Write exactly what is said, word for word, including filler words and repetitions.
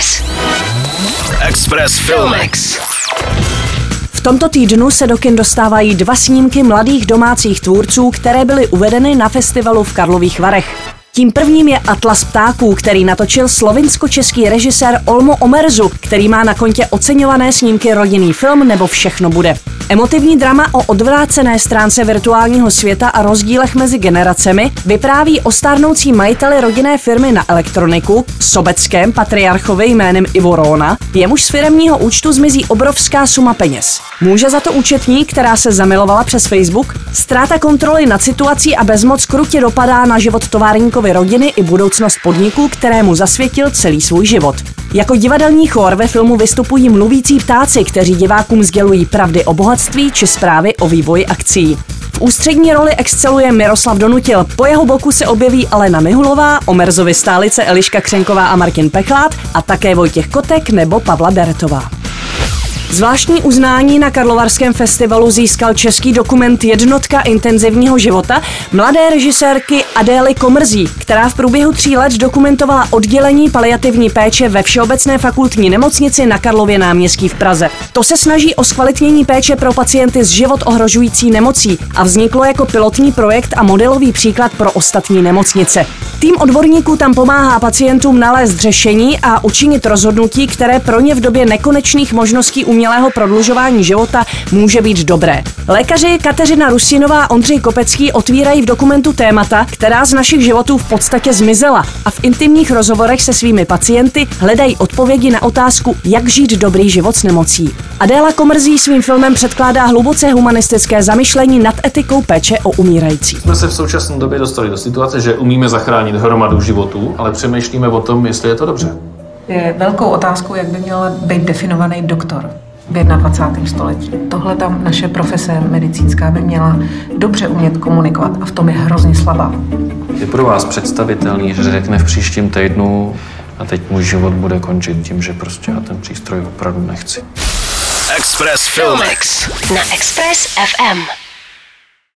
Express. Express Filmex. V tomto týdnu se do kin dostávají dva snímky mladých domácích tvůrců, které byly uvedeny na festivalu v Karlových Varech. Tím prvním je Atlas ptáků, který natočil slovinsko-český režisér Olmo Omerzu, který má na kontě oceňované snímky Rodinný film nebo Všechno bude. Emotivní drama o odvrácené stránce virtuálního světa a rozdílech mezi generacemi vypráví o stárnoucí majiteli rodinné firmy na elektroniku, sobeckém patriarchovi jménem Ivo Róna, jemuž z firemního účtu zmizí obrovská suma peněz. Může za to účetní, která se zamilovala přes Facebook? Ztráta kontroly nad situací a bezmoc krutě dopadá na život továrníkovy rodiny i budoucnost podniku, kterému zasvětil celý svůj život. Jako divadelní chór ve filmu vystupují mluvící ptáci, kteří divákům sdělují pravdy o bohatství či zprávy o vývoji akcií. V ústřední roli exceluje Miroslav Donutil, po jeho boku se objeví Alena Mihulová, Omerzovi stálice Eliška Křenková a Martin Pechlát a také Vojtěch Kotek nebo Pavla Beretová. Zvláštní uznání na Karlovarském festivalu získal český dokument Jednotka intenzivního života mladé režisérky Adély Komrzí, která v průběhu tří let dokumentovala oddělení paliativní péče ve Všeobecné fakultní nemocnici na Karlově náměstí v Praze. To se snaží o zkvalitnění péče pro pacienty s život ohrožující nemocí a vzniklo jako pilotní projekt a modelový příklad pro ostatní nemocnice. Tým odborníků tam pomáhá pacientům nalézt řešení a učinit rozhodnutí, které pro ně v době nekonečných možností umělého prodlužování života může být dobré. Lékaři Kateřina Rusinová a Ondřej Kopecký otvírají v dokumentu témata, která z našich životů v podstatě zmizela a v intimních rozhovorech se svými pacienty hledají odpovědi na otázku, jak žít dobrý život s nemocí. Adéla Komrzí svým filmem předkládá hluboce humanistické zamyšlení nad etikou péče o umírající. Jsme se v současné době dostali do situace, že umíme zachránit hromadu životů, ale přemýšlíme o tom, jestli je to dobře. Je velkou otázkou, jak by měl být definovaný doktor v dvacátém prvním století. Tohle tam naše profese medicínská by měla dobře umět komunikovat a v tom je hrozně slabá. Je pro vás představitelný, že řekne v příštím týdnu a teď můj život bude končit tím, že prostě já ten přístroj opravdu nechci. Express Filmex na Express F M.